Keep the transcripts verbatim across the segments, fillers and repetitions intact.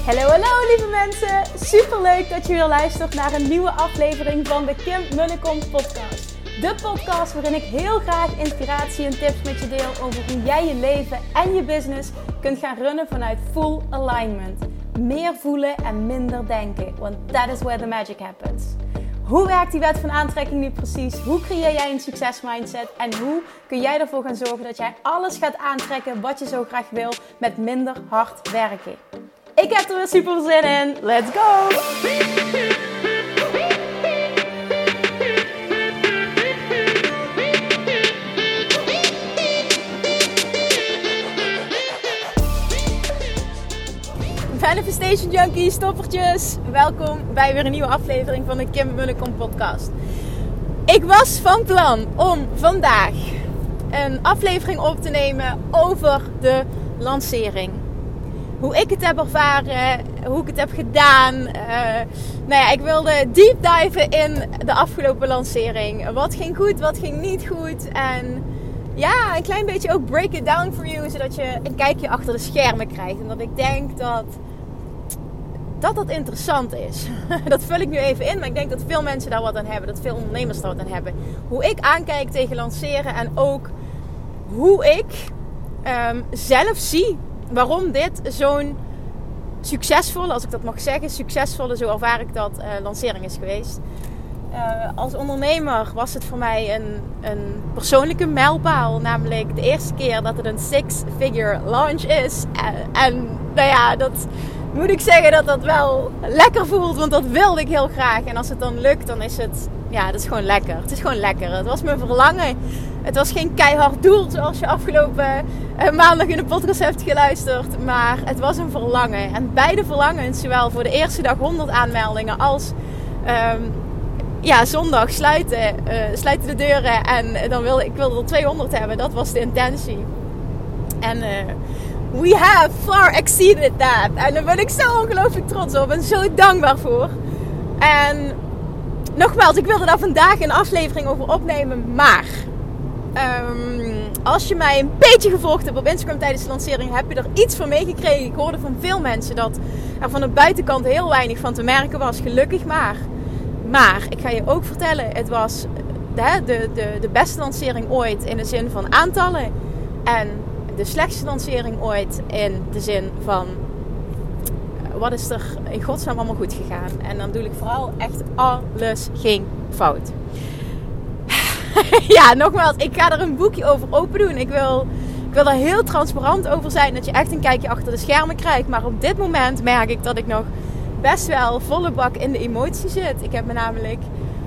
Hallo, hallo lieve mensen! Super leuk dat je weer luistert naar een nieuwe aflevering van de Kim Munnekom podcast. De podcast waarin ik heel graag inspiratie en tips met je deel over hoe jij je leven en je business kunt gaan runnen vanuit full alignment. Meer voelen en minder denken, want that is where the magic happens. Hoe werkt die wet van aantrekking nu precies? Hoe creëer jij een succesmindset? En hoe kun jij ervoor gaan zorgen dat jij alles gaat aantrekken wat je zo graag wil met minder hard werken? Ik heb er weer super zin in. Let's go! Manifestation Junkies, stoppertjes. Welkom bij weer een nieuwe aflevering van de Kim Munnekom podcast. Ik was van plan om vandaag een aflevering op te nemen over de lancering. Hoe ik het heb ervaren, hoe ik het heb gedaan. Uh, nou ja, ik wilde deep diven in de afgelopen lancering. Wat ging goed, wat ging niet goed. En ja, een klein beetje ook break it down for you. Zodat je een kijkje achter de schermen krijgt. En dat ik denk dat dat, dat interessant is. Dat vul ik nu even in. Maar ik denk dat veel mensen daar wat aan hebben. Dat veel ondernemers daar wat aan hebben. Hoe ik aankijk tegen lanceren. En ook hoe ik um, zelf zie waarom dit zo'n succesvolle, als ik dat mag zeggen, succesvolle, zo ervaar ik dat, uh, lancering is geweest. Uh, als ondernemer was het voor mij een, een persoonlijke mijlpaal. Namelijk de eerste keer dat het een six-figure launch is. En, en nou ja, dat moet ik zeggen dat dat wel lekker voelt. Want dat wilde ik heel graag. En als het dan lukt, dan is het, ja, dat is gewoon lekker. Het is gewoon lekker. Het was mijn verlangen. Het was geen keihard doel zoals je afgelopen uh, maandag in de podcast hebt geluisterd. Maar het was een verlangen. En beide verlangens, zowel voor de eerste dag honderd aanmeldingen als um, ja, zondag sluiten, uh, sluiten de deuren. En dan wilde ik wilde er tweehonderd hebben. Dat was de intentie. En uh, we have far exceeded that. En daar ben ik zo ongelooflijk trots op. En zo dankbaar voor. En nogmaals, ik wilde daar vandaag een aflevering over opnemen. Maar Um, als je mij een beetje gevolgd hebt op Instagram tijdens de lancering, heb je er iets van meegekregen. Ik hoorde van veel mensen dat er van de buitenkant heel weinig van te merken was. Gelukkig maar. Maar ik ga je ook vertellen, het was de, de, de, de beste lancering ooit in de zin van aantallen. En de slechtste lancering ooit in de zin van wat is er in godsnaam allemaal goed gegaan. En dan bedoel ik vooral echt alles ging fout. Ja, nogmaals, ik ga er een boekje over open doen. Ik wil, ik wil er heel transparant over zijn. Dat je echt een kijkje achter de schermen krijgt. Maar op dit moment merk ik dat ik nog best wel volle bak in de emotie zit. Ik heb me namelijk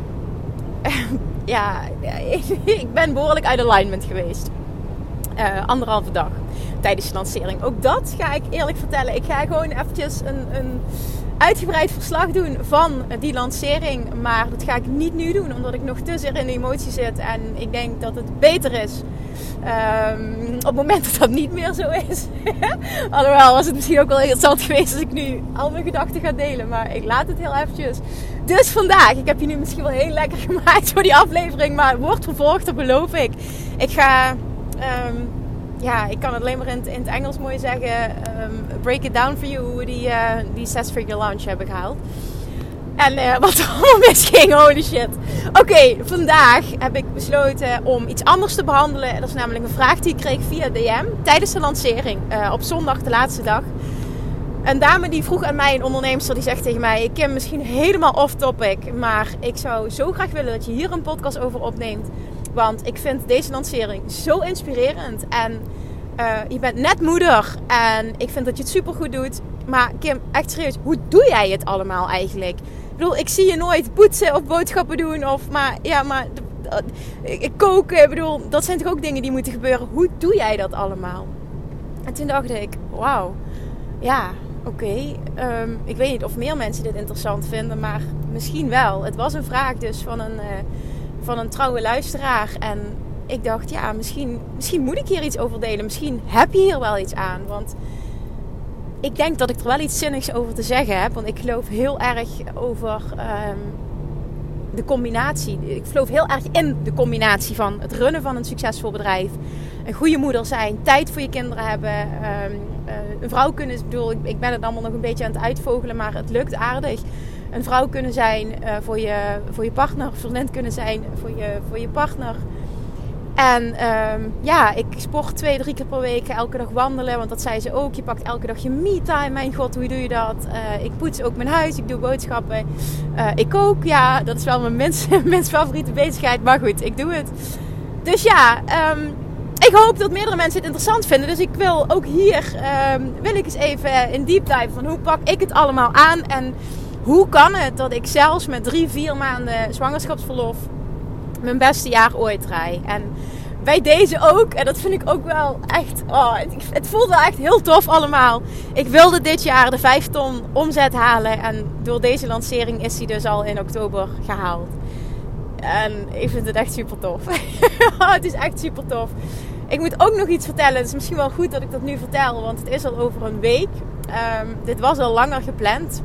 ja, ik ben behoorlijk uit alignment geweest. Uh, anderhalve dag tijdens de lancering. Ook dat ga ik eerlijk vertellen. Ik ga gewoon eventjes een... een uitgebreid verslag doen van die lancering. Maar dat ga ik niet nu doen. Omdat ik nog te zeer in de emotie zit. En ik denk dat het beter is. Um, op het moment dat dat niet meer zo is. Alhoewel was het misschien ook wel interessant geweest als ik nu al mijn gedachten ga delen. Maar ik laat het heel eventjes. Dus vandaag. Ik heb je nu misschien wel heel lekker gemaakt voor die aflevering. Maar het wordt vervolgd, dat beloof ik. Ik ga... Um, Ja, ik kan het alleen maar in het, in het Engels mooi zeggen. Um, break it down for you. Hoe we die, uh, die six-figure launch hebben gehaald. En uh, wat er allemaal misging. Holy shit. Oké, okay, vandaag heb ik besloten om iets anders te behandelen. Dat is namelijk een vraag die ik kreeg via D M. Tijdens de lancering. Uh, op zondag, de laatste dag. Een dame die vroeg aan mij, een onderneemster, die zegt tegen mij... Kim, misschien helemaal off topic. Maar ik zou zo graag willen dat je hier een podcast over opneemt. Want ik vind deze lancering zo inspirerend. En uh, je bent net moeder. En ik vind dat je het supergoed doet. Maar Kim, echt serieus, hoe doe jij het allemaal eigenlijk? Ik bedoel, ik zie je nooit poetsen of boodschappen doen. Of maar, ja, maar uh, koken. Ik bedoel, dat zijn toch ook dingen die moeten gebeuren. Hoe doe jij dat allemaal? En toen dacht ik, wauw. Ja, oké. Okay. Um, ik weet niet of meer mensen dit interessant vinden. Maar misschien wel. Het was een vraag dus van een... Uh, van een trouwe luisteraar. En ik dacht, ja, misschien, misschien moet ik hier iets over delen. Misschien heb je hier wel iets aan. Want ik denk dat ik er wel iets zinnigs over te zeggen heb. Want ik geloof heel erg over um, de combinatie. Ik geloof heel erg in de combinatie van het runnen van een succesvol bedrijf. een goede moeder zijn, tijd voor je kinderen hebben, um, uh, een vrouw kunnen, ik bedoel, ik, ik ben het allemaal nog een beetje aan het uitvogelen, maar het lukt aardig. Een vrouw kunnen zijn uh, voor, je, voor je partner, vriendin kunnen zijn voor je, voor je partner. En um, ja, ik sport twee, drie keer per week, elke dag wandelen. Want dat zei ze ook. Je pakt elke dag je me-time. Mijn god, hoe doe je dat? Uh, ik poets ook mijn huis, ik doe boodschappen. Uh, ik kook, ja, dat is wel mijn minst, minst favoriete bezigheid. Maar goed, ik doe het. Dus ja, um, ik hoop dat meerdere mensen het interessant vinden. Dus ik wil ook hier, um, wil ik eens even in deep dive van hoe pak ik het allemaal aan. En hoe kan het dat ik zelfs met drie, vier maanden zwangerschapsverlof mijn beste jaar ooit draai. En bij deze ook, en dat vind ik ook wel echt, oh, het, het voelt wel echt heel tof allemaal. Ik wilde dit jaar de vijf ton omzet halen en door deze lancering is die dus al in oktober gehaald. En ik vind het echt super tof. Het is echt super tof. Ik moet ook nog iets vertellen. Het is misschien wel goed dat ik dat nu vertel, want het is al over een week. Um, dit was al langer gepland.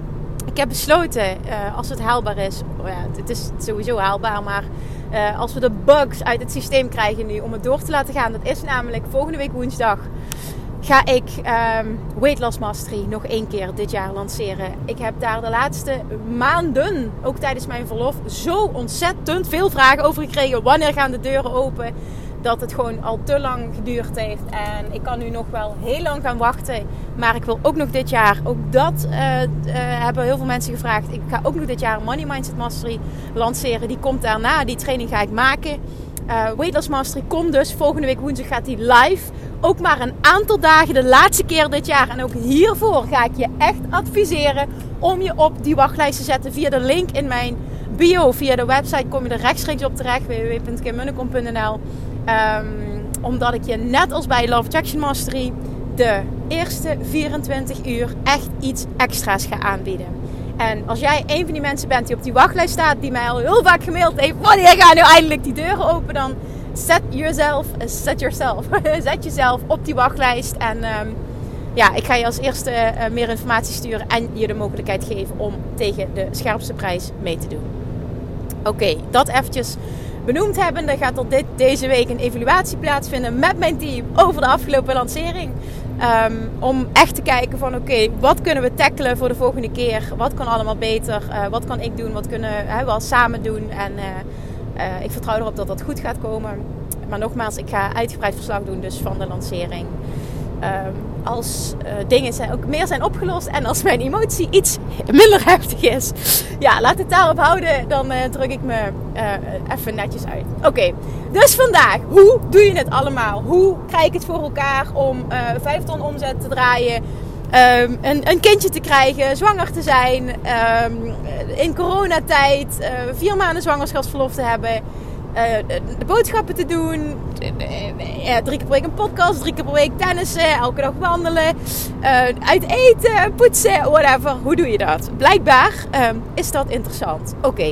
Ik heb besloten, uh, als het haalbaar is, oh ja, het is sowieso haalbaar, maar uh, als we de bugs uit het systeem krijgen nu, om het door te laten gaan. Dat is namelijk volgende week woensdag ga ik um, Weight Loss Mastery nog één keer dit jaar lanceren. Ik heb daar de laatste maanden, ook tijdens mijn verlof, zo ontzettend veel vragen over gekregen. Wanneer gaan de deuren open? Dat het gewoon al te lang geduurd heeft. En ik kan nu nog wel heel lang gaan wachten. Maar ik wil ook nog dit jaar, ook dat uh, uh, hebben heel veel mensen gevraagd. Ik ga ook nog dit jaar Money Mindset Mastery lanceren. Die komt daarna, die training ga ik maken. Uh, Weight Loss Mastery komt dus volgende week woensdag, gaat die live. Ook maar een aantal dagen, de laatste keer dit jaar. En ook hiervoor ga ik je echt adviseren om je op die wachtlijst te zetten via de link in mijn bio. Via de website kom je er rechtstreeks op terecht, w w w punt kim munnekom punt n l. Um, omdat ik je net als bij Love Attraction Mastery de eerste vierentwintig uur echt iets extra's ga aanbieden. En als jij een van die mensen bent die op die wachtlijst staat, die mij al heel vaak gemaild heeft, wanneer gaan nu eindelijk die deuren open, dan set yourself, set yourself, zet jezelf op die wachtlijst. En um, ja, ik ga je als eerste uh, meer informatie sturen en je de mogelijkheid geven om tegen de scherpste prijs mee te doen. Oké, okay, dat eventjes benoemd hebbende gaat er dit, deze week een evaluatie plaatsvinden met mijn team over de afgelopen lancering. Um, om echt te kijken van oké, okay, wat kunnen we tackelen voor de volgende keer? Wat kan allemaal beter? Uh, wat kan ik doen? Wat kunnen uh, we al samen doen? En uh, uh, ik vertrouw erop dat dat goed gaat komen. Maar nogmaals, ik ga uitgebreid verslag doen dus van de lancering. Um, als uh, dingen zijn, ook meer zijn opgelost en als mijn emotie iets minder heftig is, ja, laat het daarop houden, dan uh, druk ik me uh, even netjes uit. Oké, okay, dus vandaag, hoe doe je het allemaal? Hoe krijg ik het voor elkaar om uh, vijf ton omzet te draaien, um, een, een kindje te krijgen, zwanger te zijn, um, in coronatijd, uh, vier maanden zwangerschapsverlof te hebben, Uh, de, de boodschappen te doen, uh, drie keer per week een podcast, drie keer per week tennissen, elke dag wandelen, uh, uit eten, poetsen, whatever. Hoe doe je dat? Blijkbaar uh, is dat interessant. Oké, okay.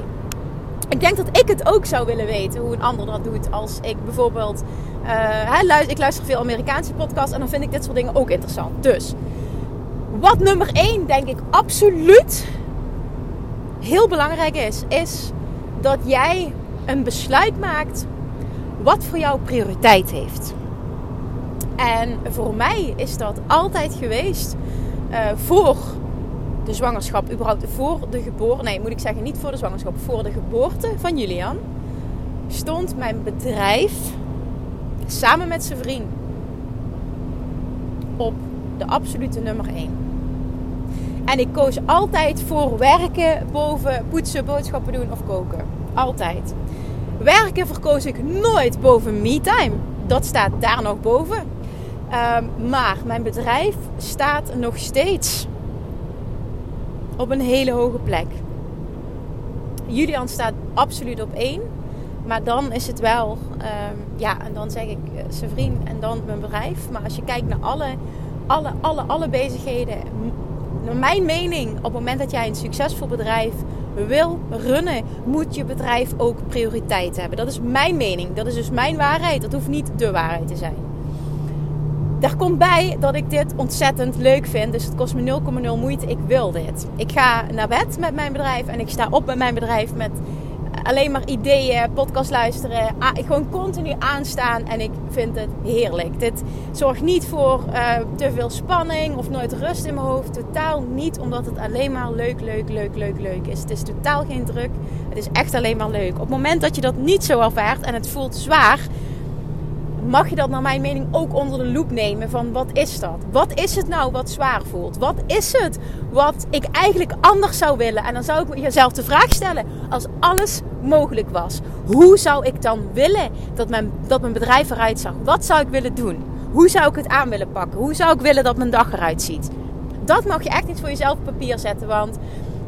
Ik denk dat ik het ook zou willen weten hoe een ander dat doet. Als ik bijvoorbeeld, uh, hè, luister, ik luister veel Amerikaanse podcasts en dan vind ik dit soort dingen ook interessant. Dus, wat nummer één denk ik absoluut heel belangrijk is, is dat jij een besluit maakt wat voor jou prioriteit heeft. En voor mij is dat altijd geweest uh, voor de zwangerschap, überhaupt voor de geboorte, nee moet ik zeggen niet voor de zwangerschap, voor de geboorte van Julian, stond mijn bedrijf samen met zijn vriend op de absolute nummer één. En ik koos altijd voor werken boven poetsen, boodschappen doen of koken. Altijd. Werken verkoos ik nooit boven me-time. Dat staat daar nog boven. Um, maar mijn bedrijf staat nog steeds op een hele hoge plek. Julian staat absoluut op één. Maar dan is het wel, um, ja, en dan zeg ik uh, zijn vriend en dan mijn bedrijf. Maar als je kijkt naar alle, alle, alle, alle bezigheden. Naar mijn mening, op het moment dat jij een succesvol bedrijf wil runnen, moet je bedrijf ook prioriteit hebben. Dat is mijn mening. Dat is dus mijn waarheid. Dat hoeft niet de waarheid te zijn. Daar komt bij dat ik dit ontzettend leuk vind. Dus het kost me nul komma nul moeite. Ik wil dit. Ik ga naar bed met mijn bedrijf en ik sta op met mijn bedrijf met alleen maar ideeën, podcast luisteren, a- gewoon continu aanstaan en ik vind het heerlijk. Dit zorgt niet voor uh, te veel spanning of nooit rust in mijn hoofd. Totaal niet, omdat het alleen maar leuk, leuk, leuk, leuk, leuk is. Het is totaal geen druk. Het is echt alleen maar leuk. Op het moment dat je dat niet zo ervaart en het voelt zwaar, mag je dat naar mijn mening ook onder de loep nemen van wat is dat? Wat is het nou wat zwaar voelt? Wat is het wat ik eigenlijk anders zou willen? En dan zou ik jezelf de vraag stellen, als alles mogelijk was, hoe zou ik dan willen dat mijn, dat mijn bedrijf eruit zag? Wat zou ik willen doen? Hoe zou ik het aan willen pakken? Hoe zou ik willen dat mijn dag eruit ziet? Dat mag je echt niet voor jezelf op papier zetten, want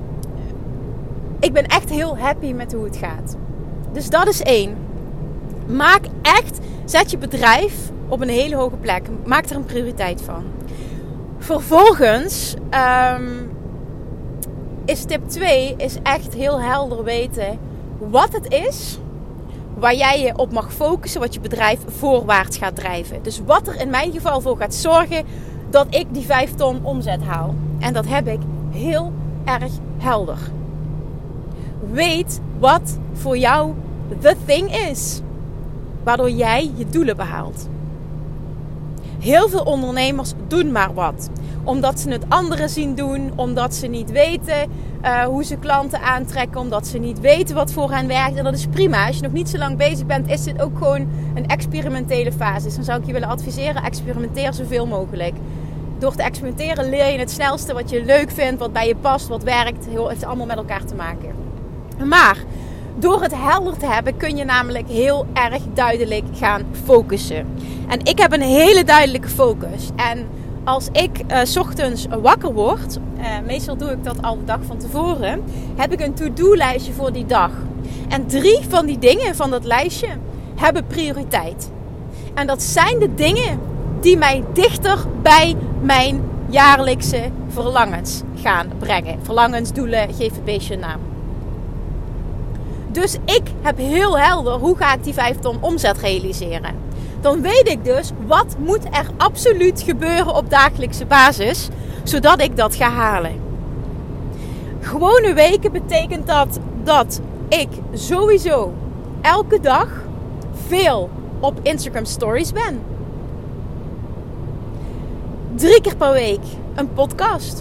ik ben echt heel happy met hoe het gaat. Dus dat is één. Maak echt, zet je bedrijf op een hele hoge plek. Maak er een prioriteit van. Vervolgens um, is tip twee is echt heel helder weten wat het is waar jij je op mag focussen, wat je bedrijf voorwaarts gaat drijven. Dus wat er in mijn geval voor gaat zorgen dat ik die vijf ton omzet haal. En dat heb ik heel erg helder. Weet wat voor jou the thing is, waardoor jij je doelen behaalt. Heel veel ondernemers doen maar wat. Omdat ze het anderen zien doen. Omdat ze niet weten uh, hoe ze klanten aantrekken. Omdat ze niet weten wat voor hen werkt. En dat is prima. Als je nog niet zo lang bezig bent, is dit ook gewoon een experimentele fase. Dus dan zou ik je willen adviseren, experimenteer zoveel mogelijk. Door te experimenteren leer je het snelste wat je leuk vindt, wat bij je past, wat werkt. Het heeft allemaal met elkaar te maken. Maar door het helder te hebben kun je namelijk heel erg duidelijk gaan focussen. En ik heb een hele duidelijke focus. En als ik uh, 's ochtends wakker word, uh, meestal doe ik dat al de dag van tevoren, heb ik een to-do-lijstje voor die dag. En drie van die dingen van dat lijstje hebben prioriteit. En dat zijn de dingen die mij dichter bij mijn jaarlijkse verlangens gaan brengen. Verlangens, doelen, geef het beestje een naam. Dus ik heb heel helder hoe ga ik die vijf ton omzet realiseren. Dan weet ik dus wat moet er absoluut gebeuren op dagelijkse basis, zodat ik dat ga halen. Gewone weken betekent dat dat ik sowieso elke dag veel op Instagram stories ben. Drie keer per week een podcast.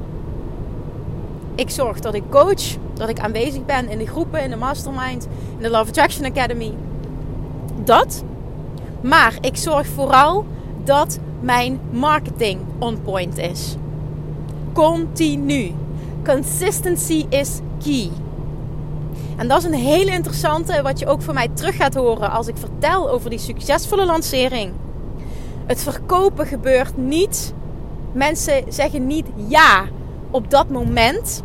Ik zorg dat ik coach, dat ik aanwezig ben in de groepen, in de mastermind, in de Love Attraction Academy. Dat. Maar ik zorg vooral dat mijn marketing on point is. Continu. Consistency is key. En dat is een hele interessante, wat je ook van mij terug gaat horen als ik vertel over die succesvolle lancering. Het verkopen gebeurt niet. Mensen zeggen niet ja op dat moment.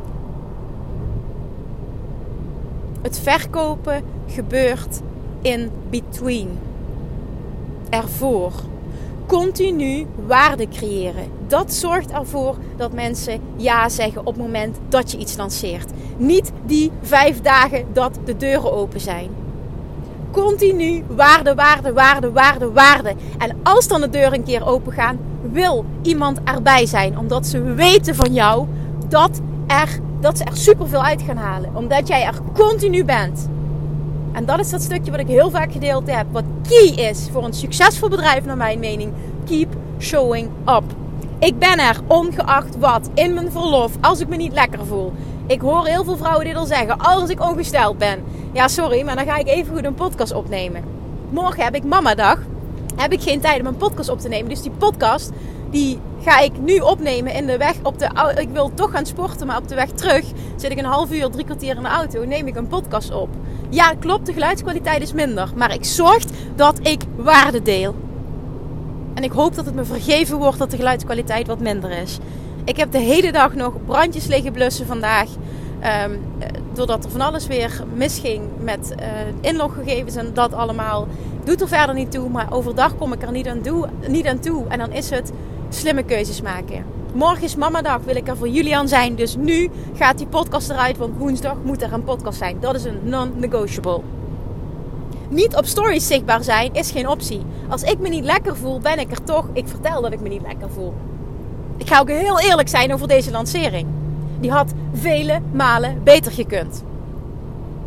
Het verkopen gebeurt in between. Ervoor. Continu waarde creëren. Dat zorgt ervoor dat mensen ja zeggen op het moment dat je iets lanceert. Niet die vijf dagen dat de deuren open zijn. Continu waarde, waarde, waarde, waarde, waarde. En als dan de deuren een keer open gaan, wil iemand erbij zijn. Omdat ze weten van jou dat, er, dat ze er superveel uit gaan halen. Omdat jij er continu bent. En dat is dat stukje wat ik heel vaak gedeeld heb. Wat key is voor een succesvol bedrijf naar mijn mening. Keep showing up. Ik ben er ongeacht wat. In mijn verlof. Als ik me niet lekker voel. Ik hoor heel veel vrouwen dit al zeggen. Als ik ongesteld ben. Ja, sorry, maar dan ga ik even goed een podcast opnemen. Morgen heb ik mamadag. Heb ik geen tijd om een podcast op te nemen. Dus die podcast, die ga ik nu opnemen in de weg. Op de, ik wil toch gaan sporten, maar op de weg terug zit ik een half uur, drie kwartier in de auto. Neem ik een podcast op. Ja, klopt, de geluidskwaliteit is minder. Maar ik zorg dat ik waarde deel. En ik hoop dat het me vergeven wordt dat de geluidskwaliteit wat minder is. Ik heb de hele dag nog brandjes liggen blussen vandaag. Um, doordat er van alles weer misging met uh, inloggegevens en dat allemaal. Doet er verder niet toe, maar overdag kom ik er niet aan, toe, niet aan toe. En dan is het slimme keuzes maken. Morgen is mamadag, wil ik er voor Julian zijn. Dus nu gaat die podcast eruit, want woensdag moet er een podcast zijn. Dat is een non-negotiable. Niet op stories zichtbaar zijn is geen optie. Als ik me niet lekker voel, ben ik er toch. Ik vertel dat ik me niet lekker voel. Ik ga ook heel eerlijk zijn over deze lancering. Die had vele malen beter gekund.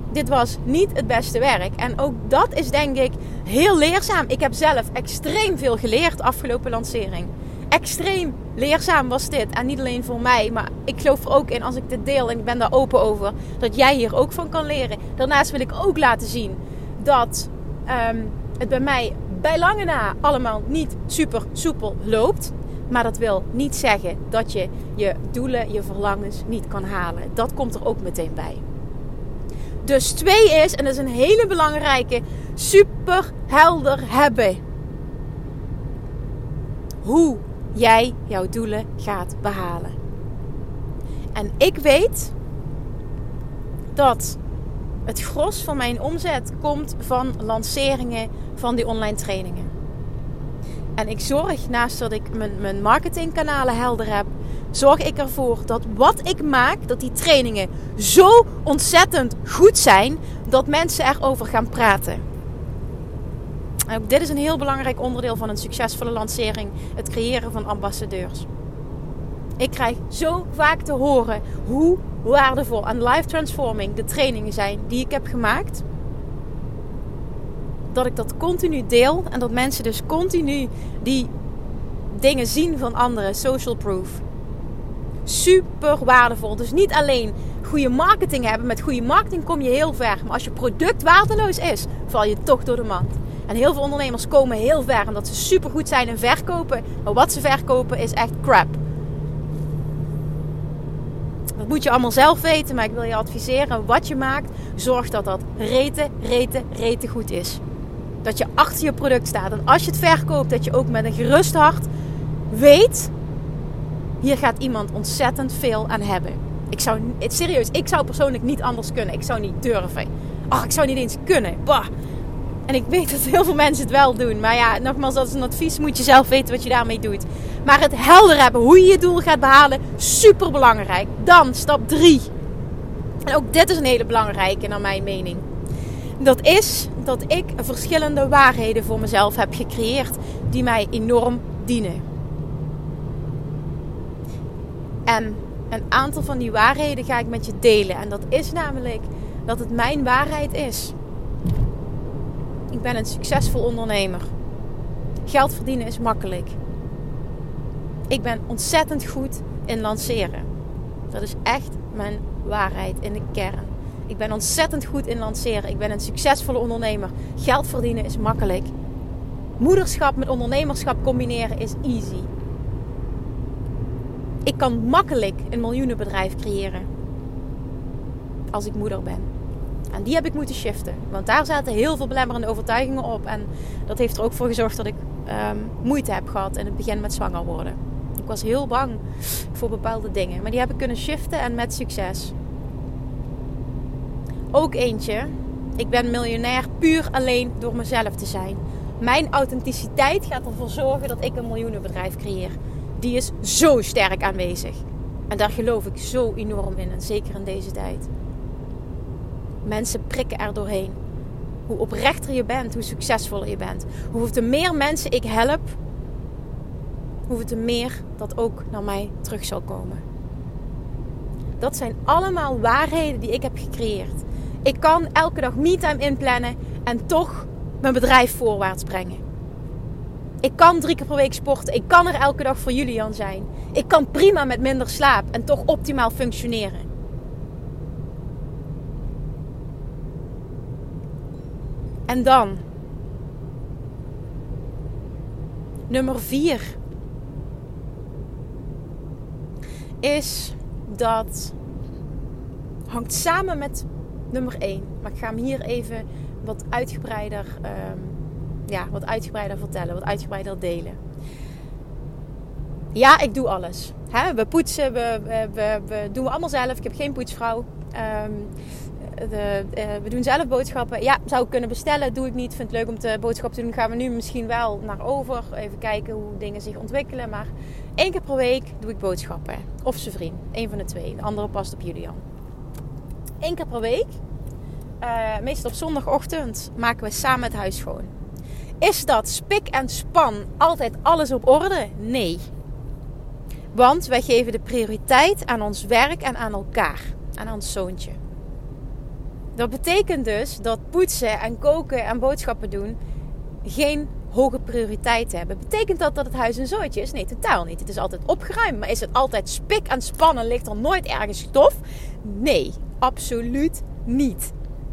dit was niet het beste werk. En ook dat is denk ik heel leerzaam. Ik heb zelf extreem veel geleerd afgelopen lancering. Extreem leerzaam was dit. En niet alleen voor mij, maar ik geloof er ook in als ik dit deel en ik ben daar open over, dat jij hier ook van kan leren. Daarnaast wil ik ook laten zien dat um, het bij mij bij lange na allemaal niet super soepel loopt. Maar dat wil niet zeggen dat je je doelen, je verlangens niet kan halen. Dat komt er ook meteen bij. Dus twee is, en dat is een hele belangrijke, super helder hebben hoe jij jouw doelen gaat behalen. En ik weet dat het gros van mijn omzet komt van lanceringen van die online trainingen. En ik zorg, naast dat ik mijn, mijn marketingkanalen helder heb, zorg ik ervoor dat wat ik maak, dat die trainingen zo ontzettend goed zijn, dat mensen erover gaan praten. En ook dit is een heel belangrijk onderdeel van een succesvolle lancering, het creëren van ambassadeurs. Ik krijg zo vaak te horen hoe waardevol en life transforming de trainingen zijn die ik heb gemaakt, dat ik dat continu deel en dat mensen dus continu die dingen zien van anderen, social proof. Super waardevol. Dus niet alleen goede marketing hebben. Met goede marketing kom je heel ver. Maar als je product waardeloos is, val je toch door de mand. En heel veel ondernemers komen heel ver omdat ze super goed zijn in verkopen. Maar wat ze verkopen is echt crap. Dat moet je allemaal zelf weten. Maar ik wil je adviseren, wat je maakt, zorg dat dat rete, rete, rete goed is. Dat je achter je product staat. En als je het verkoopt, dat je ook met een gerust hart weet, hier gaat iemand ontzettend veel aan hebben. Ik zou, serieus, ik zou persoonlijk niet anders kunnen. Ik zou niet durven. Ach, ik zou niet eens kunnen. Bah. En ik weet dat heel veel mensen het wel doen. Maar ja, nogmaals, dat is een advies. Moet je zelf weten wat je daarmee doet. Maar het helder hebben hoe je je doel gaat behalen, super belangrijk. Dan stap drie. En ook dit is een hele belangrijke naar mijn mening. Dat is dat ik verschillende waarheden voor mezelf heb gecreëerd die mij enorm dienen. En een aantal van die waarheden ga ik met je delen. En dat is namelijk dat het mijn waarheid is. Ik ben een succesvol ondernemer. Geld verdienen is makkelijk. Ik ben ontzettend goed in lanceren. Dat is echt mijn waarheid in de kern. Ik ben ontzettend goed in lanceren. Ik ben een succesvolle ondernemer. Geld verdienen is makkelijk. Moederschap met ondernemerschap combineren is easy. Ik kan makkelijk een miljoenenbedrijf creëren. Als ik moeder ben. En die heb ik moeten shiften. Want daar zaten heel veel belemmerende overtuigingen op. En dat heeft er ook voor gezorgd dat ik um, moeite heb gehad in het begin met zwanger worden. Ik was heel bang voor bepaalde dingen. Maar die heb ik kunnen shiften en met succes. Ook eentje. Ik ben miljonair puur alleen door mezelf te zijn. Mijn authenticiteit gaat ervoor zorgen dat ik een miljoenenbedrijf creëer. Die is zo sterk aanwezig. En daar geloof ik zo enorm in. En zeker in deze tijd. Mensen prikken er doorheen. Hoe oprechter je bent, hoe succesvoller je bent. Hoeveel te meer mensen ik help, hoeveel te meer dat ook naar mij terug zal komen. Dat zijn allemaal waarheden die ik heb gecreëerd. Ik kan elke dag me-time inplannen en toch mijn bedrijf voorwaarts brengen. Ik kan drie keer per week sporten. Ik kan er elke dag voor Julian zijn. Ik kan prima met minder slaap en toch optimaal functioneren. En dan. Nummer vier. Is dat. Hangt samen met nummer één. Maar ik ga hem hier even wat uitgebreider. Um, ja, wat uitgebreider vertellen. Wat uitgebreider delen. Ja, ik doe alles. Hè? We poetsen. We, we, we, we doen we allemaal zelf. Ik heb geen poetsvrouw. Um, De, uh, we doen zelf boodschappen. Ja, zou ik kunnen bestellen. Doe ik niet. Vind het leuk om te boodschappen te doen. Gaan we nu misschien wel naar over. Even kijken hoe dingen zich ontwikkelen. Maar één keer per week doe ik boodschappen. Of zijn vriend. Eén van de twee. De andere past op Julian. Eén keer per week. Uh, meestal op zondagochtend maken we samen het huis schoon. Is dat spik en span altijd alles op orde? Nee. Want wij geven de prioriteit aan ons werk en aan elkaar. Aan ons zoontje. Dat betekent dus dat poetsen en koken en boodschappen doen geen hoge prioriteit hebben. Betekent dat dat het huis een zooitje is? Nee, totaal niet. Het is altijd opgeruimd. Maar is het altijd spik en span en ligt er nooit ergens stof? Nee, absoluut niet.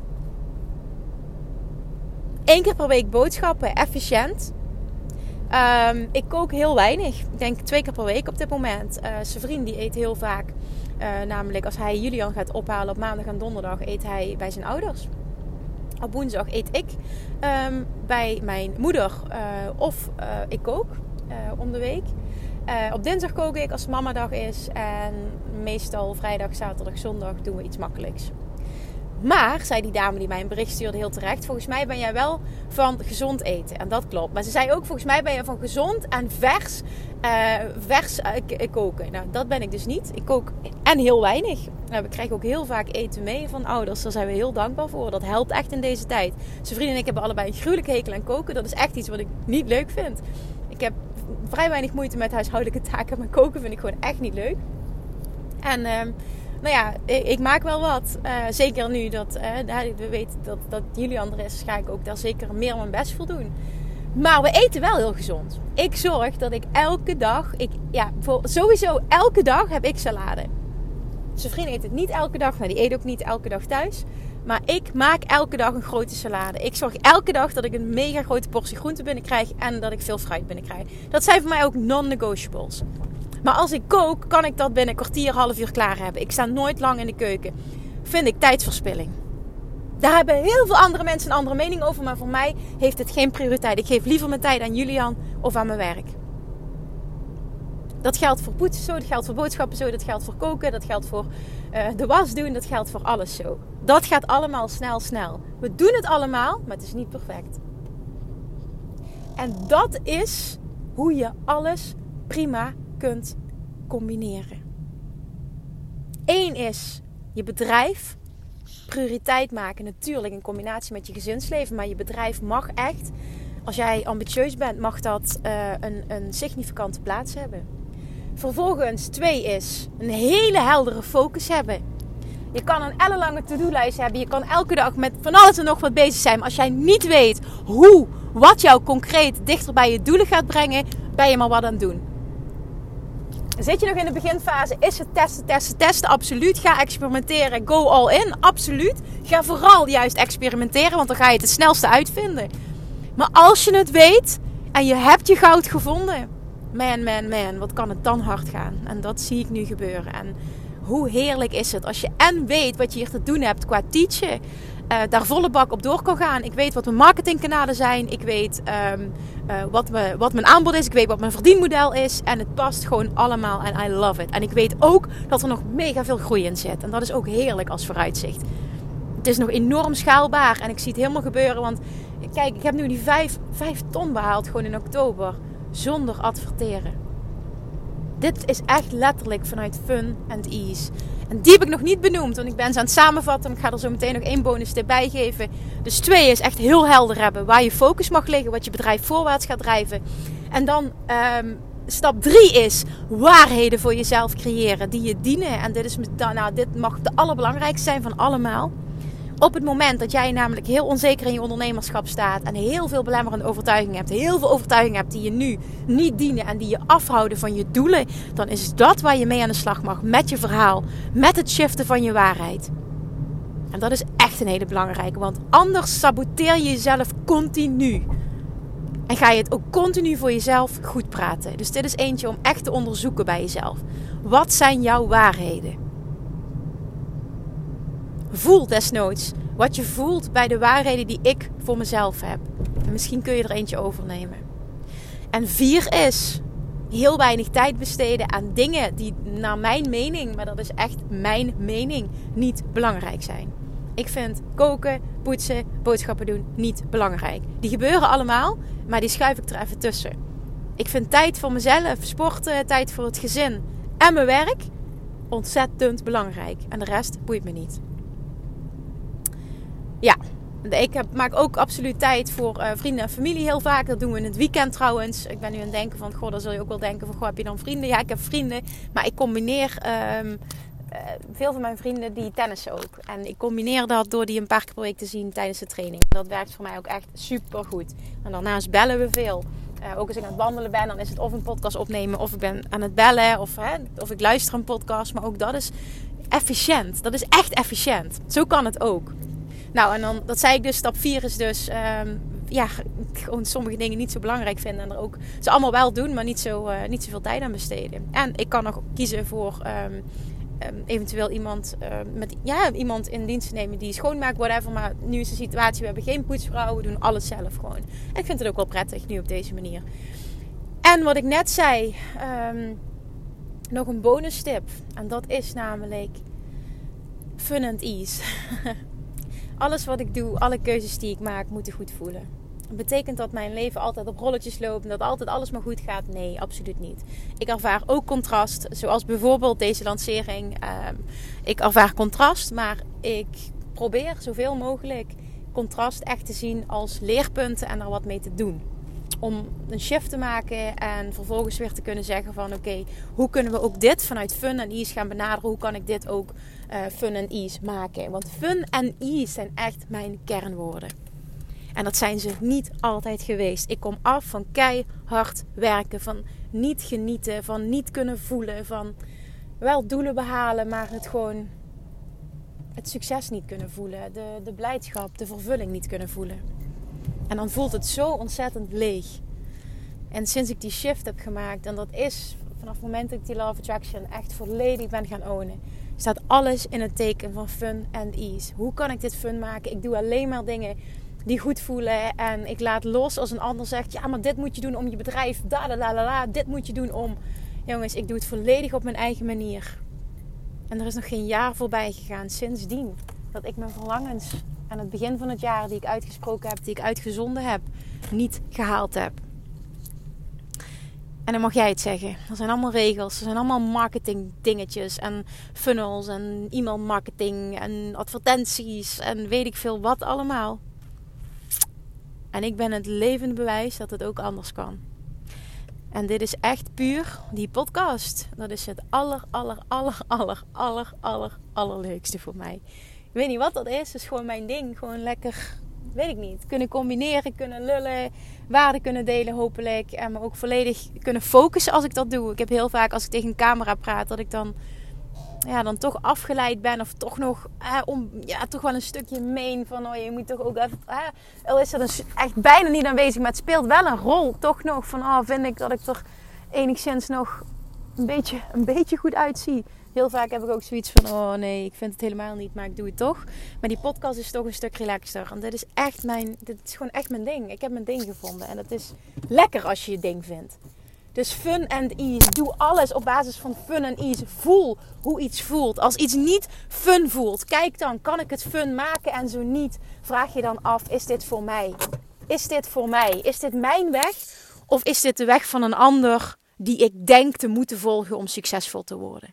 Eén keer per week boodschappen, efficiënt. Um, ik kook heel weinig. Ik denk twee keer per week op dit moment. Uh, zijn vriend die eet heel vaak. Uh, namelijk als hij Julian gaat ophalen op maandag en donderdag eet hij bij zijn ouders. Op woensdag eet ik um, bij mijn moeder uh, of uh, ik kook uh, om de week. Uh, op dinsdag kook ik als het mamadag is. En meestal vrijdag, zaterdag, zondag doen we iets makkelijks. Maar, zei die dame die mij een bericht stuurde heel terecht, volgens mij ben jij wel van gezond eten. En dat klopt. Maar ze zei ook, volgens mij ben je van gezond en vers, uh, vers uh, koken. Nou, dat ben ik dus niet. Ik kook en heel weinig. Nou, we krijgen ook heel vaak eten mee van ouders. Daar zijn we heel dankbaar voor. Dat helpt echt in deze tijd. Zijn vrienden en ik hebben allebei een gruwelijke hekel aan koken. Dat is echt iets wat ik niet leuk vind. Ik heb vrij weinig moeite met huishoudelijke taken. Maar koken vind ik gewoon echt niet leuk. En... Uh, Nou ja, ik, ik maak wel wat. Uh, zeker nu dat uh, we weten dat, dat Julian er is, ga ik ook daar zeker meer mijn best voor doen. Maar we eten wel heel gezond. Ik zorg dat ik elke dag, ik, ja, voor, sowieso elke dag heb ik salade. Zijn vriend eet het niet elke dag, nou die eet ook niet elke dag thuis. Maar ik maak elke dag een grote salade. Ik zorg elke dag dat ik een mega grote portie groente binnenkrijg en dat ik veel fruit binnenkrijg. Dat zijn voor mij ook non-negotiables. Maar als ik kook, kan ik dat binnen een kwartier, half uur klaar hebben. Ik sta nooit lang in de keuken. Vind ik tijdsverspilling. Daar hebben heel veel andere mensen een andere mening over. Maar voor mij heeft het geen prioriteit. Ik geef liever mijn tijd aan Julian of aan mijn werk. Dat geldt voor poetsen zo. Dat geldt voor boodschappen zo. Dat geldt voor koken. Dat geldt voor uh, de was doen. Dat geldt voor alles zo. Dat gaat allemaal snel, snel. We doen het allemaal, maar het is niet perfect. En dat is hoe je alles prima kunt combineren. Eén is je bedrijf prioriteit maken. Natuurlijk in combinatie met je gezinsleven. Maar je bedrijf mag echt, als jij ambitieus bent, mag dat uh, een, een significante plaats hebben. Vervolgens twee is een hele heldere focus hebben. Je kan een ellenlange to-do-lijst hebben. Je kan elke dag met van alles en nog wat bezig zijn. Maar als jij niet weet hoe, wat jou concreet dichter bij je doelen gaat brengen, ben je maar wat aan het doen. Zit je nog in de beginfase? Is het testen, testen, testen? Absoluut. Ga experimenteren. Go all in. Absoluut. Ga vooral juist experimenteren, want dan ga je het het snelste uitvinden. Maar als je het weet en je hebt je goud gevonden, man, man, man, wat kan het dan hard gaan? En dat zie ik nu gebeuren. En hoe heerlijk is het als je en weet wat je hier te doen hebt qua teachen. Uh, daar volle bak op door kan gaan. Ik weet wat mijn marketingkanalen zijn. Ik weet um, uh, wat, me, wat mijn aanbod is. Ik weet wat mijn verdienmodel is. En het past gewoon allemaal. En I love it. En ik weet ook dat er nog mega veel groei in zit. En dat is ook heerlijk als vooruitzicht. Het is nog enorm schaalbaar. En ik zie het helemaal gebeuren. Want kijk, ik heb nu die vijf, vijf ton behaald. Gewoon in oktober. Zonder adverteren. Dit is echt letterlijk vanuit fun and ease. En die heb ik nog niet benoemd. Want ik ben ze aan het samenvatten. Ik ga er zo meteen nog één bonus tip bij geven. Dus twee is echt heel helder hebben. Waar je focus mag liggen. Wat je bedrijf voorwaarts gaat drijven. En dan um, stap drie is waarheden voor jezelf creëren. Die je dienen. En dit, is, nou, dit mag de allerbelangrijkste zijn van allemaal. Op het moment dat jij namelijk heel onzeker in je ondernemerschap staat. En heel veel belemmerende overtuigingen hebt. Heel veel overtuigingen hebt die je nu niet dienen. En die je afhouden van je doelen. Dan is dat waar je mee aan de slag mag. Met je verhaal. Met het shiften van je waarheid. En dat is echt een hele belangrijke. Want anders saboteer je jezelf continu. En ga je het ook continu voor jezelf goed praten. Dus dit is eentje om echt te onderzoeken bij jezelf. Wat zijn jouw waarheden? Voel desnoods wat je voelt bij de waarheden die ik voor mezelf heb. En misschien kun je er eentje overnemen. En vier is heel weinig tijd besteden aan dingen die naar mijn mening, maar dat is echt mijn mening, niet belangrijk zijn. Ik vind koken, poetsen, boodschappen doen niet belangrijk. Die gebeuren allemaal, maar die schuif ik er even tussen. Ik vind tijd voor mezelf, sporten, tijd voor het gezin en mijn werk ontzettend belangrijk. En de rest boeit me niet. Ja, ik heb, maak ook absoluut tijd voor uh, vrienden en familie heel vaak. Dat doen we in het weekend trouwens. Ik ben nu aan het denken van, goh, dan zul je ook wel denken van, goh, heb je dan vrienden? Ja, ik heb vrienden, maar ik combineer um, veel van mijn vrienden die tennissen ook. En ik combineer dat door die een paar keer per week te zien tijdens de training. Dat werkt voor mij ook echt super goed. En daarnaast bellen we veel. Uh, ook als ik aan het wandelen ben, dan is het of een podcast opnemen, of ik ben aan het bellen, of, hè, of ik luister een podcast. Maar ook dat is efficiënt. Dat is echt efficiënt. Zo kan het ook. Nou, en dan, dat zei ik dus, stap vier is dus, um, ja, gewoon sommige dingen niet zo belangrijk vinden. En er ook, ze allemaal wel doen, maar niet, zo, uh, niet zoveel tijd aan besteden. En ik kan nog kiezen voor um, um, eventueel iemand, uh, met, ja, iemand in dienst nemen die schoonmaakt, whatever. Maar nu is de situatie, we hebben geen poetsvrouw, we doen alles zelf gewoon. En ik vind het ook wel prettig, nu op deze manier. En wat ik net zei, um, nog een bonus tip. En dat is namelijk fun and ease. Alles wat ik doe, alle keuzes die ik maak, moeten goed voelen. Betekent dat mijn leven altijd op rolletjes loopt en dat altijd alles maar goed gaat? Nee, absoluut niet. Ik ervaar ook contrast, zoals bijvoorbeeld deze lancering. Uh, ik ervaar contrast, maar ik probeer zoveel mogelijk contrast echt te zien als leerpunten en er wat mee te doen. Om een shift te maken en vervolgens weer te kunnen zeggen van oké, okay, hoe kunnen we ook dit vanuit fun en ease gaan benaderen? Hoe kan ik dit ook uh, fun en ease maken? Want fun en ease zijn echt mijn kernwoorden. En dat zijn ze niet altijd geweest. Ik kom af van keihard werken, van niet genieten, van niet kunnen voelen, van wel doelen behalen, maar het gewoon het succes niet kunnen voelen, de, de blijdschap, de vervulling niet kunnen voelen. En dan voelt het zo ontzettend leeg. En sinds ik die shift heb gemaakt, en dat is vanaf het moment dat ik die Law of Attraction echt volledig ben gaan ownen, staat alles in het teken van fun and ease. Hoe kan ik dit fun maken? Ik doe alleen maar dingen die goed voelen. En ik laat los als een ander zegt, ja, maar dit moet je doen om je bedrijf. Da, da, da, da, da, dit moet je doen om... Jongens, ik doe het volledig op mijn eigen manier. En er is nog geen jaar voorbij gegaan sindsdien dat ik mijn verlangens aan het begin van het jaar die ik uitgesproken heb, die ik uitgezonden heb, niet gehaald heb. En dan mag jij het zeggen. Er zijn allemaal regels, er zijn allemaal marketing dingetjes en funnels en e-mail marketing en advertenties en weet ik veel wat allemaal. En ik ben het levende bewijs dat het ook anders kan. En dit is echt puur die podcast. Dat is het aller, aller, aller, aller, aller, aller, allerleukste voor mij. Ik weet niet wat dat is. Het is gewoon mijn ding. Gewoon lekker, weet ik niet. Kunnen combineren, kunnen lullen, waarden kunnen delen hopelijk. En me ook volledig kunnen focussen als ik dat doe. Ik heb heel vaak als ik tegen een camera praat dat ik dan... Ja, dan toch afgeleid ben of toch nog eh, om, ja, toch wel een stukje meen van oh, je moet toch ook even, eh, al is er dus echt bijna niet aanwezig, maar het speelt wel een rol toch nog van oh, vind ik dat ik er enigszins nog een beetje, een beetje goed uitzie. Heel vaak heb ik ook zoiets van oh nee, ik vind het helemaal niet, maar ik doe het toch. Maar die podcast is toch een stuk relaxter en dit is echt mijn, dit is gewoon echt mijn ding. Ik heb mijn ding gevonden en het is lekker als je je ding vindt. Dus fun and ease. Doe alles op basis van fun and ease. Voel hoe iets voelt. Als iets niet fun voelt, kijk dan, kan ik het fun maken? En zo niet, vraag je dan af, is dit voor mij? Is dit voor mij? Is dit mijn weg? Of is dit de weg van een ander die ik denk te moeten volgen om succesvol te worden?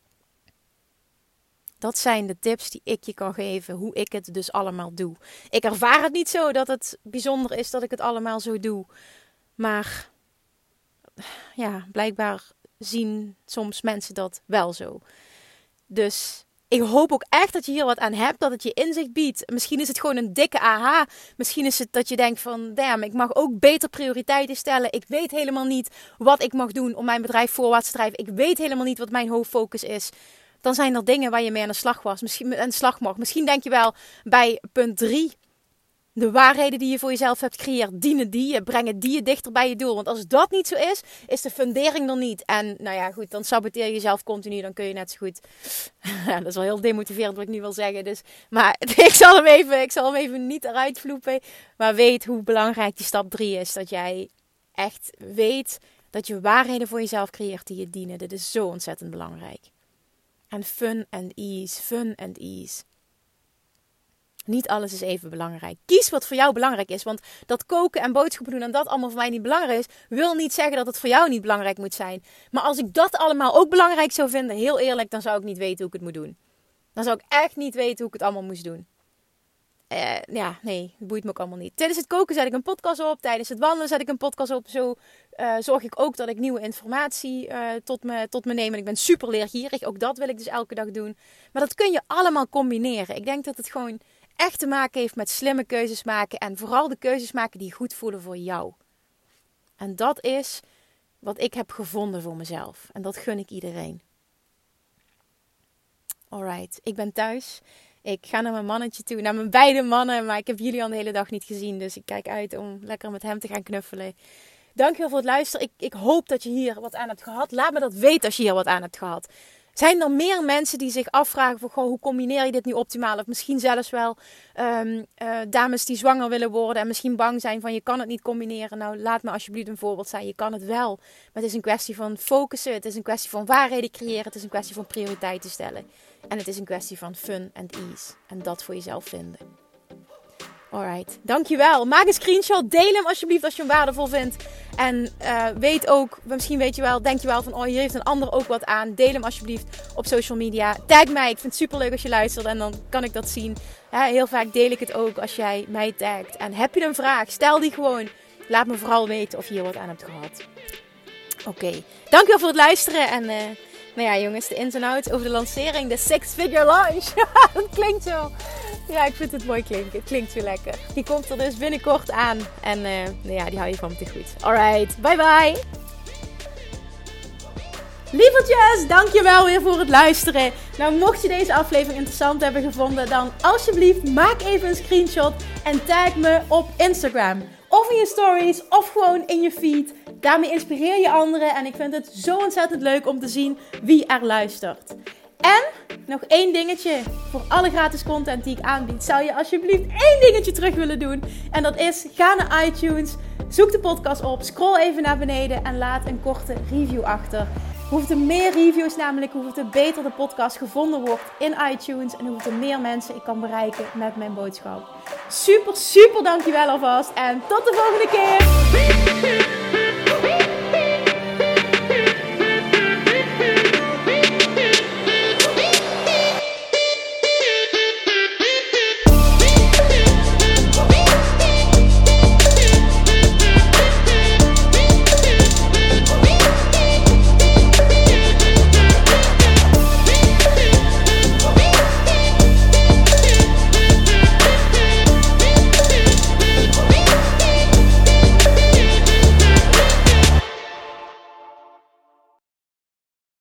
Dat zijn de tips die ik je kan geven, hoe ik het dus allemaal doe. Ik ervaar het niet zo dat het bijzonder is dat ik het allemaal zo doe. Maar... ja, blijkbaar zien soms mensen dat wel zo. Dus ik hoop ook echt dat je hier wat aan hebt, dat het je inzicht biedt. Misschien is het gewoon een dikke aha. Misschien is het dat je denkt van, damn, ik mag ook beter prioriteiten stellen. Ik weet helemaal niet wat ik mag doen om mijn bedrijf voorwaarts te drijven. Ik weet helemaal niet wat mijn hoofdfocus is. Dan zijn er dingen waar je mee aan de slag was. Misschien aan de slag mag. Misschien denk je wel bij punt drie... de waarheden die je voor jezelf hebt gecreëerd, dienen die je, brengen die je dichter bij je doel. Want als dat niet zo is, is de fundering er niet. En nou ja, goed, dan saboteer je jezelf continu. Dan kun je net zo goed... Ja, dat is wel heel demotiverend wat ik nu wil zeggen. Dus, maar ik zal hem even, ik zal hem even niet eruit vloepen. Maar weet hoe belangrijk die stap drie is. Dat jij echt weet dat je waarheden voor jezelf creëert die je dienen. Dit is zo ontzettend belangrijk. En fun and ease, fun and ease. Niet alles is even belangrijk. Kies wat voor jou belangrijk is. Want dat koken en boodschappen doen en dat allemaal voor mij niet belangrijk is, wil niet zeggen dat het voor jou niet belangrijk moet zijn. Maar als ik dat allemaal ook belangrijk zou vinden, heel eerlijk, dan zou ik niet weten hoe ik het moet doen. Dan zou ik echt niet weten hoe ik het allemaal moest doen. Uh, ja, nee, dat boeit me ook allemaal niet. Tijdens het koken zet ik een podcast op. Tijdens het wandelen zet ik een podcast op. Zo uh, zorg ik ook dat ik nieuwe informatie uh, tot, me, tot me neem. En ik ben super leergierig. Ook dat wil ik dus elke dag doen. Maar dat kun je allemaal combineren. Ik denk dat het gewoon echt te maken heeft met slimme keuzes maken. En vooral de keuzes maken die goed voelen voor jou. En dat is wat ik heb gevonden voor mezelf. En dat gun ik iedereen. Alright, ik ben thuis. Ik ga naar mijn mannetje toe, naar mijn beide mannen. Maar ik heb Julian de hele dag niet gezien. Dus ik kijk uit om lekker met hem te gaan knuffelen. Dankjewel voor het luisteren. Ik, ik hoop dat je hier wat aan hebt gehad. Laat me dat weten als je hier wat aan hebt gehad. Zijn er meer mensen die zich afvragen van, goh, hoe combineer je dit nu optimaal? Of misschien zelfs wel um, uh, dames die zwanger willen worden en misschien bang zijn van je kan het niet combineren. Nou, laat me alsjeblieft een voorbeeld zijn. Je kan het wel. Maar het is een kwestie van focussen. Het is een kwestie van waarheden creëren. Het is een kwestie van prioriteiten stellen. En het is een kwestie van fun and ease. En dat voor jezelf vinden. Alright, dankjewel. Maak een screenshot. Deel hem alsjeblieft als je hem waardevol vindt. En uh, weet ook, misschien weet je wel, denk je wel van, oh, hier heeft een ander ook wat aan. Deel hem alsjeblieft op social media. Tag mij. Ik vind het superleuk als je luistert en dan kan ik dat zien. Ja, heel vaak deel ik het ook als jij mij tagt. En heb je een vraag? Stel die gewoon. Laat me vooral weten of je hier wat aan hebt gehad. Oké, okay. Dankjewel voor het luisteren en... Uh, Nou ja, jongens, de ins en outs over de lancering. De Six Figure Launch. Dat klinkt zo. Ja, ik vind het mooi klinken. Het klinkt zo lekker. Die komt er dus binnenkort aan. En uh, nou ja, die hou je van me te goed. Alright, bye bye. Lievertjes, dankjewel weer voor het luisteren. Nou, mocht je deze aflevering interessant hebben gevonden, dan alsjeblieft maak even een screenshot en tag me op Instagram. Of in je stories, of gewoon in je feed. Daarmee inspireer je anderen en ik vind het zo ontzettend leuk om te zien wie er luistert. En nog één dingetje voor alle gratis content die ik aanbied. Zou je alsjeblieft één dingetje terug willen doen. En dat is, ga naar iTunes, zoek de podcast op, scroll even naar beneden en laat een korte review achter. Hoeveel meer reviews namelijk, hoeveel beter de podcast gevonden wordt in iTunes. En hoeveel meer mensen ik kan bereiken met mijn boodschap. Super, super dankjewel alvast. En tot de volgende keer.